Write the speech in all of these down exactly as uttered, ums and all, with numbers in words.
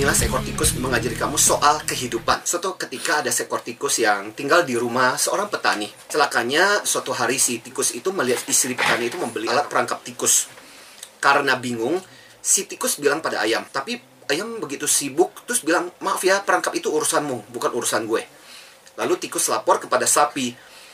gimana seekor tikus mengajari kamu soal kehidupan. Suatu ketika ada seekor tikus yang tinggal di rumah seorang petani. Celakanya suatu hari si tikus itu melihat istri petani itu membeli alat perangkap tikus. Karena bingung, si tikus bilang pada ayam, tapi ayam begitu sibuk terus bilang, maaf ya, perangkap itu urusanmu, bukan urusan gue. Lalu tikus lapor kepada sapi.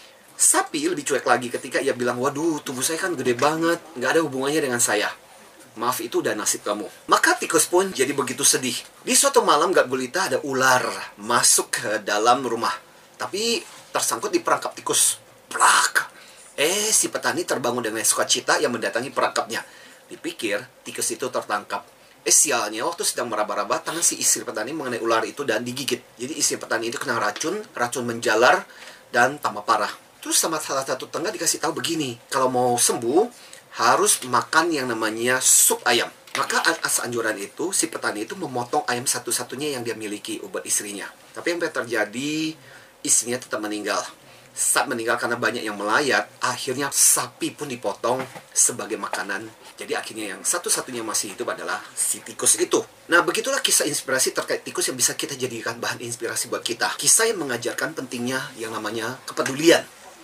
Sapi lebih cuek lagi ketika ia bilang, waduh, tubuh saya kan gede banget, nggak ada hubungannya dengan saya. Maaf, itu udah nasib kamu. Maka tikus pun jadi begitu sedih. Di suatu malam gak gulita ada ular masuk ke dalam rumah. Tapi tersangkut di perangkap tikus. Plak! Eh, si petani terbangun dengan sukacita yang mendatangi perangkapnya. Dipikir tikus itu tertangkap. Eh, sialnya waktu sedang meraba-raba, tangan si istri petani mengenai ular itu dan digigit. Jadi istri petani itu kena racun, racun menjalar dan tambah parah. Terus sama salah satu tetangga dikasih tahu begini, kalau mau sembuh harus makan yang namanya sup ayam. Maka atas anjuran itu, si petani itu memotong ayam satu-satunya yang dia miliki buat istrinya. Tapi yang terjadi, istrinya tetap meninggal. Saat meninggal karena banyak yang melayat, akhirnya sapi pun dipotong sebagai makanan. Jadi akhirnya yang satu-satunya masih hidup adalah si tikus itu. Nah, begitulah kisah inspirasi terkait tikus yang bisa kita jadikan bahan inspirasi buat kita. Kisah yang mengajarkan pentingnya yang namanya kepedulian.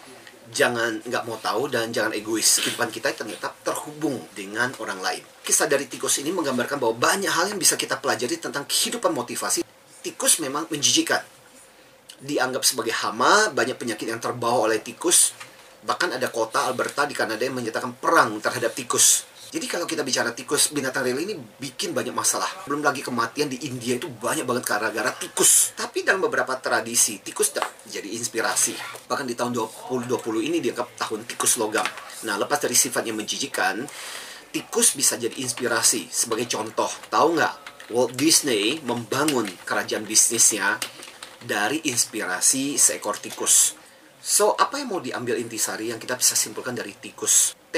Jangan nggak mau tahu dan jangan egois. Kehidupan kita ternyata terhubung dengan orang lain. Kisah dari tikus ini menggambarkan bahwa banyak hal yang bisa kita pelajari tentang kehidupan motivasi. Tikus memang menjijikan. Dianggap sebagai hama, banyak penyakit yang terbawa oleh tikus. Bahkan ada kota Alberta di Kanada yang menyatakan perang terhadap tikus. Jadi kalau kita bicara tikus, binatang real ini bikin banyak masalah. Belum lagi kematian di India itu banyak banget gara-gara tikus. Tapi dalam beberapa tradisi, tikus jadi inspirasi. Bahkan di tahun dua ribu dua puluh ini dianggap tahun tikus logam. Nah, lepas dari sifatnya menjijikan, tikus bisa jadi inspirasi. Sebagai contoh, tahu nggak? Walt Disney membangun kerajaan bisnisnya dari inspirasi seekor tikus. So, apa yang mau diambil intisari yang kita bisa simpulkan dari tikus? T,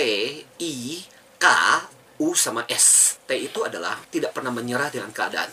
I, K, U sama S. T itu adalah tidak pernah menyerah dengan keadaan.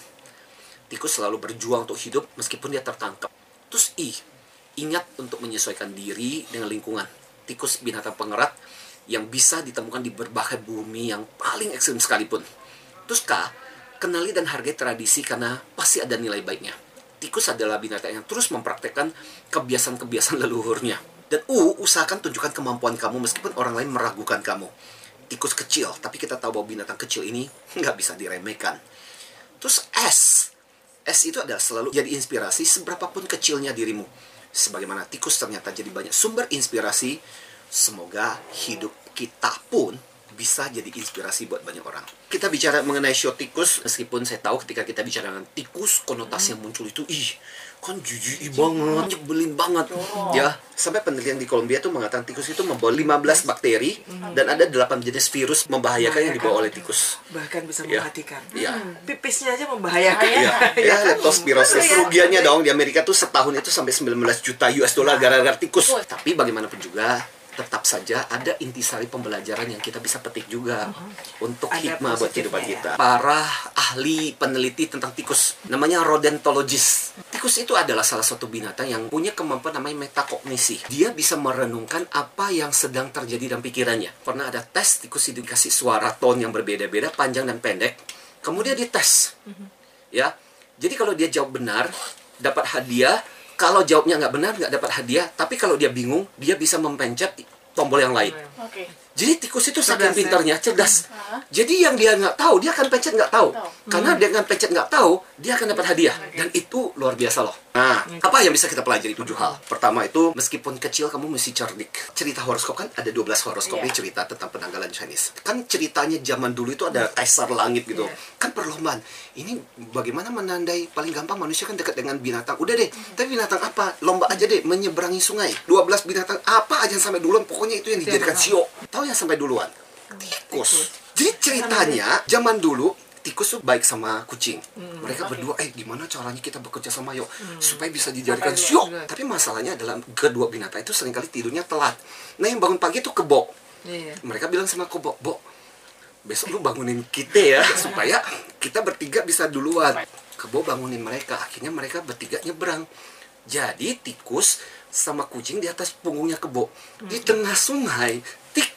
Tikus selalu berjuang untuk hidup meskipun dia tertangkap. Terus I, ingat untuk menyesuaikan diri dengan lingkungan. Tikus binatang pengerat yang bisa ditemukan di berbagai bumi yang paling ekstrim sekalipun. Terus K, kenali dan hargai tradisi karena pasti ada nilai baiknya. Tikus adalah binatang yang terus mempraktekkan kebiasaan-kebiasaan leluhurnya. Dan U, usahakan tunjukkan kemampuan kamu meskipun orang lain meragukan kamu. Tikus kecil, tapi kita tahu bahwa binatang kecil ini nggak bisa diremehkan. Terus S. S itu adalah selalu jadi inspirasi seberapapun kecilnya dirimu. Sebagaimana tikus ternyata jadi banyak sumber inspirasi, semoga hidup kita pun bisa jadi inspirasi buat banyak orang. Kita bicara mengenai show tikus, meskipun saya tahu ketika kita bicara dengan tikus, konotasi yang muncul itu, ih, kan jijik banget, nyebelin banget. Oh. Ya, sampai penelitian di Kolombia tuh mengatakan tikus itu membawa lima belas bakteri hmm. dan ada delapan jenis virus membahayakan yang dibawa oleh tikus. Bahkan bisa ya. mematikan. Ya. Hmm. Pipisnya aja membahayakan. Ya, ya, leptospirosis. Kerugiannya dong di Amerika tuh setahun itu sampai sembilan belas juta U S dollar gara-gara tikus. Tapi bagaimanapun juga, tetap saja ada intisari pembelajaran yang kita bisa petik juga uh-huh. untuk ada hikmah buat kehidupan kita. Ya. Para ahli peneliti tentang tikus, namanya rodentologist. Tikus itu adalah salah satu binatang yang punya kemampuan namanya metakognisi. Dia bisa merenungkan apa yang sedang terjadi dalam pikirannya. Pernah ada tes, tikus itu dikasih suara tone yang berbeda-beda, panjang dan pendek. Kemudian dites. Uh-huh. Ya, jadi kalau dia jawab benar, dapat hadiah. Kalau jawabnya nggak benar, nggak dapat hadiah. Tapi kalau dia bingung, dia bisa mempencet tombol yang lain. Okay. Jadi tikus itu saking pintarnya, cerdas. Hmm. Jadi yang dia nggak tahu, dia akan pencet nggak tahu. tahu. Karena hmm. dengan pencet nggak tahu, dia akan dapat hadiah. Okay. Dan itu luar biasa loh. Nah, okay. apa yang bisa kita pelajari? Tujuh hal. Pertama itu, meskipun kecil, kamu mesti cerdik. Cerita horoskop kan ada dua belas horoskop yeah. cerita tentang penanggalan Chinese. Kan ceritanya zaman dulu itu ada kaisar langit gitu. Yeah. Kan perlombaan. Ini bagaimana menandai paling gampang manusia kan dekat dengan binatang. Udah deh, mm-hmm. tapi binatang apa? Lomba aja deh, menyeberangi sungai. dua belas binatang apa aja sampai duluan, pokoknya itu yang dijadikan sio. Tahu yang sampai duluan? Tikus. Jadi ceritanya zaman dulu tikus tuh baik sama kucing. Hmm, Mereka okay. berdua, eh gimana caranya kita bekerja sama yuk hmm. supaya bisa dijadikan sio. Tapi masalahnya adalah kedua binatang itu seringkali tidurnya telat. Nah yang bangun pagi itu kebo. Yeah. Mereka bilang sama kebo, Bo, besok lu bangunin kita ya supaya kita bertiga bisa duluan. Kebo bangunin mereka, akhirnya mereka bertiga nyebrang. Jadi tikus sama kucing di atas punggungnya kebo. Hmm. Di tengah sungai, tikus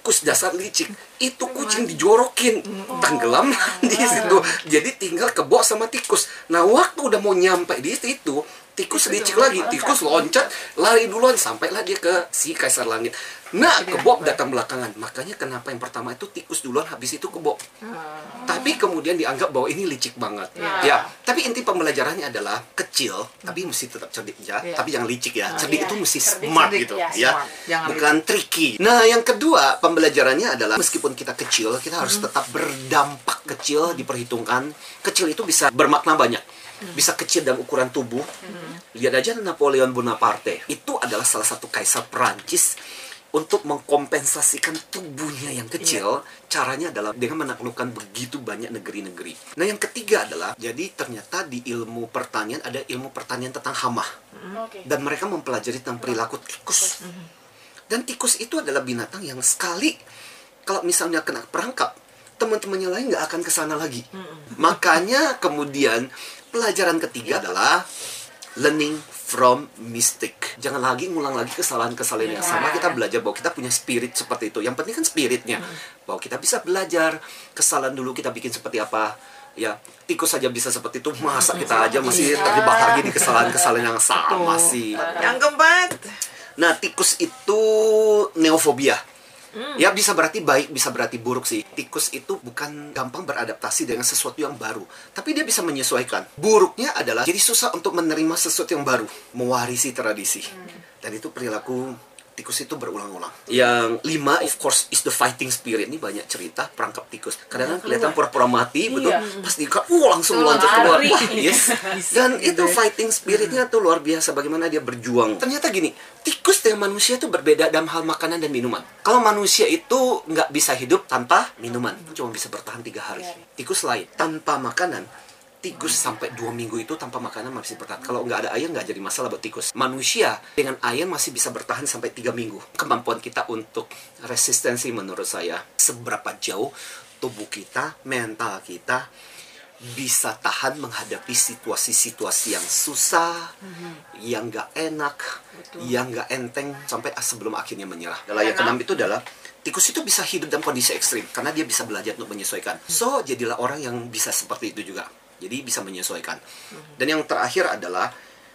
tikus dasar licik itu kucing dijorokin, tenggelam di situ. Jadi tinggal kebo sama tikus. Nah, waktu udah mau nyampe di situ, tikus licik lagi, tikus loncat, lari duluan, sampailah dia ke si Kaisar Langit. Nah, kebo datang belakangan. Makanya kenapa yang pertama itu tikus duluan, habis itu kebo. Tapi kemudian dianggap bahwa ini licik banget. Ya, tapi inti pembelajarannya adalah kecil, tapi mesti tetap cerdik ya. Tapi jangan licik ya. Cerdik itu mesti smart gitu, ya. Bukan tricky. Nah, yang kedua pembelajarannya adalah meskipun kita kecil, kita harus tetap berdampak kecil, diperhitungkan. Kecil itu bisa bermakna banyak. Bisa kecil dalam ukuran tubuh. Lihat aja Napoleon Bonaparte. Itu adalah salah satu kaisar Perancis. Untuk mengkompensasikan tubuhnya yang kecil, yeah. caranya adalah dengan menaklukkan begitu banyak negeri-negeri. Nah, yang ketiga adalah, jadi ternyata di ilmu pertanian ada ilmu pertanian tentang hama. Mm. Okay. Dan mereka mempelajari tentang perilaku tikus. Mm. Dan tikus itu adalah binatang yang sekali, kalau misalnya kena perangkap, teman-temannya lain nggak akan ke sana lagi. Mm. Makanya kemudian pelajaran ketiga yeah. adalah learning from mistake. Jangan lagi ngulang lagi kesalahan-kesalahan yang sama. Kita belajar bahwa kita punya spirit seperti itu. Yang penting kan spiritnya. Bahwa kita bisa belajar. Kesalahan dulu kita bikin seperti apa. Ya, tikus saja bisa seperti itu. Masa kita aja masih terjebak lagi di kesalahan-kesalahan yang sama sih. Yang keempat. Nah, tikus itu neofobia. Hmm. Ya, bisa berarti baik, bisa berarti buruk sih. Tikus itu bukan gampang beradaptasi dengan sesuatu yang baru, tapi dia bisa menyesuaikan. Buruknya adalah jadi susah untuk menerima sesuatu yang baru, mewarisi tradisi. Hmm. Dan itu perilaku tikus itu berulang-ulang. Yang lima, of course, is the fighting spirit. Ini banyak cerita perangkap tikus. Kadang-kadang kelihatan pura-pura mati, iya. betul. Pas diikat, uh, langsung loncat keluar. Wah, yes. Dan itu fighting spiritnya tuh luar biasa. Bagaimana dia berjuang. Ternyata gini, tikus dengan manusia itu berbeda dalam hal makanan dan minuman. Kalau manusia itu nggak bisa hidup tanpa minuman, cuma bisa bertahan tiga hari. Tikus lain, tanpa makanan. Tikus sampai dua minggu itu tanpa makanan masih bertahan. Kalau nggak ada air nggak jadi masalah buat tikus. Manusia dengan air masih bisa bertahan sampai tiga minggu. Kemampuan kita untuk resistensi menurut saya seberapa jauh tubuh kita, mental kita bisa tahan menghadapi situasi-situasi yang susah, mm-hmm. yang nggak enak, betul. Yang nggak enteng sampai sebelum akhirnya menyerah. Adalah yang keenam itu adalah tikus itu bisa hidup dalam kondisi ekstrim karena dia bisa belajar untuk menyesuaikan. So jadilah orang yang bisa seperti itu juga. Jadi bisa menyesuaikan. Dan yang terakhir adalah,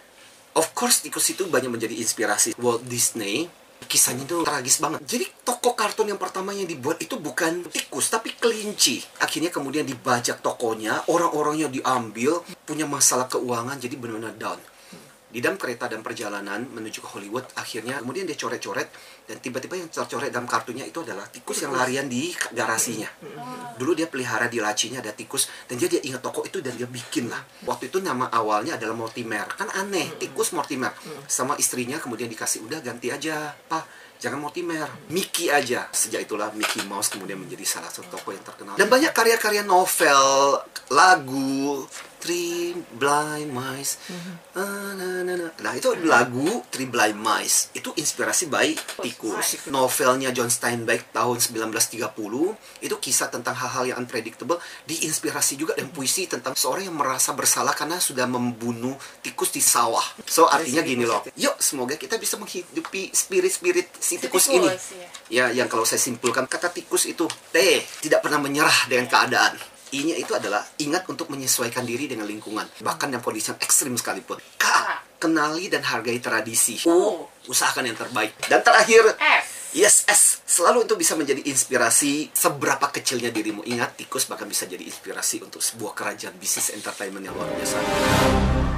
of course tikus itu banyak menjadi inspirasi. Walt Disney, kisahnya itu tragis banget. Jadi toko kartun yang pertama yang dibuat itu bukan tikus, tapi kelinci. Akhirnya kemudian dibajak tokonya, orang-orangnya diambil, punya masalah keuangan, jadi benar-benar down. Di dalam kereta dan perjalanan menuju ke Hollywood, akhirnya kemudian dia coret-coret, dan tiba-tiba yang tercoret dalam kartunya itu adalah tikus yang larian di garasinya. Dulu dia pelihara di lacinya ada tikus, dan dia, dia ingat toko itu dan dia bikin lah. Waktu itu nama awalnya adalah Mortimer. Kan aneh, tikus Mortimer. Sama istrinya kemudian dikasih, udah ganti aja, Pak. Jangan Mortimer, Mickey aja. Sejak itulah Mickey Mouse kemudian menjadi salah satu tokoh yang terkenal. Dan banyak karya-karya novel, lagu, Three Blind Mice. Nah, itu lagu Three Blind Mice. Itu inspirasi by tikus. Novelnya John Steinbeck tahun sembilan belas tiga puluh. Itu kisah tentang hal-hal yang unpredictable. Diinspirasi juga dan puisi tentang seorang yang merasa bersalah karena sudah membunuh tikus di sawah. So, artinya gini loh. Yuk, semoga kita bisa menghidupi spirit-spirit si tikus ini. Ya, yang kalau saya simpulkan, kata tikus itu T, tidak pernah menyerah dengan keadaan. I-nya itu adalah ingat untuk menyesuaikan diri dengan lingkungan, bahkan yang kondisi yang ekstrim sekalipun. K, kenali dan hargai tradisi. U, usahakan yang terbaik. Dan terakhir, S. Yes, S. Selalu itu bisa menjadi inspirasi seberapa kecilnya dirimu. Ingat, tikus bahkan bisa jadi inspirasi untuk sebuah kerajaan bisnis entertainment yang luar biasa.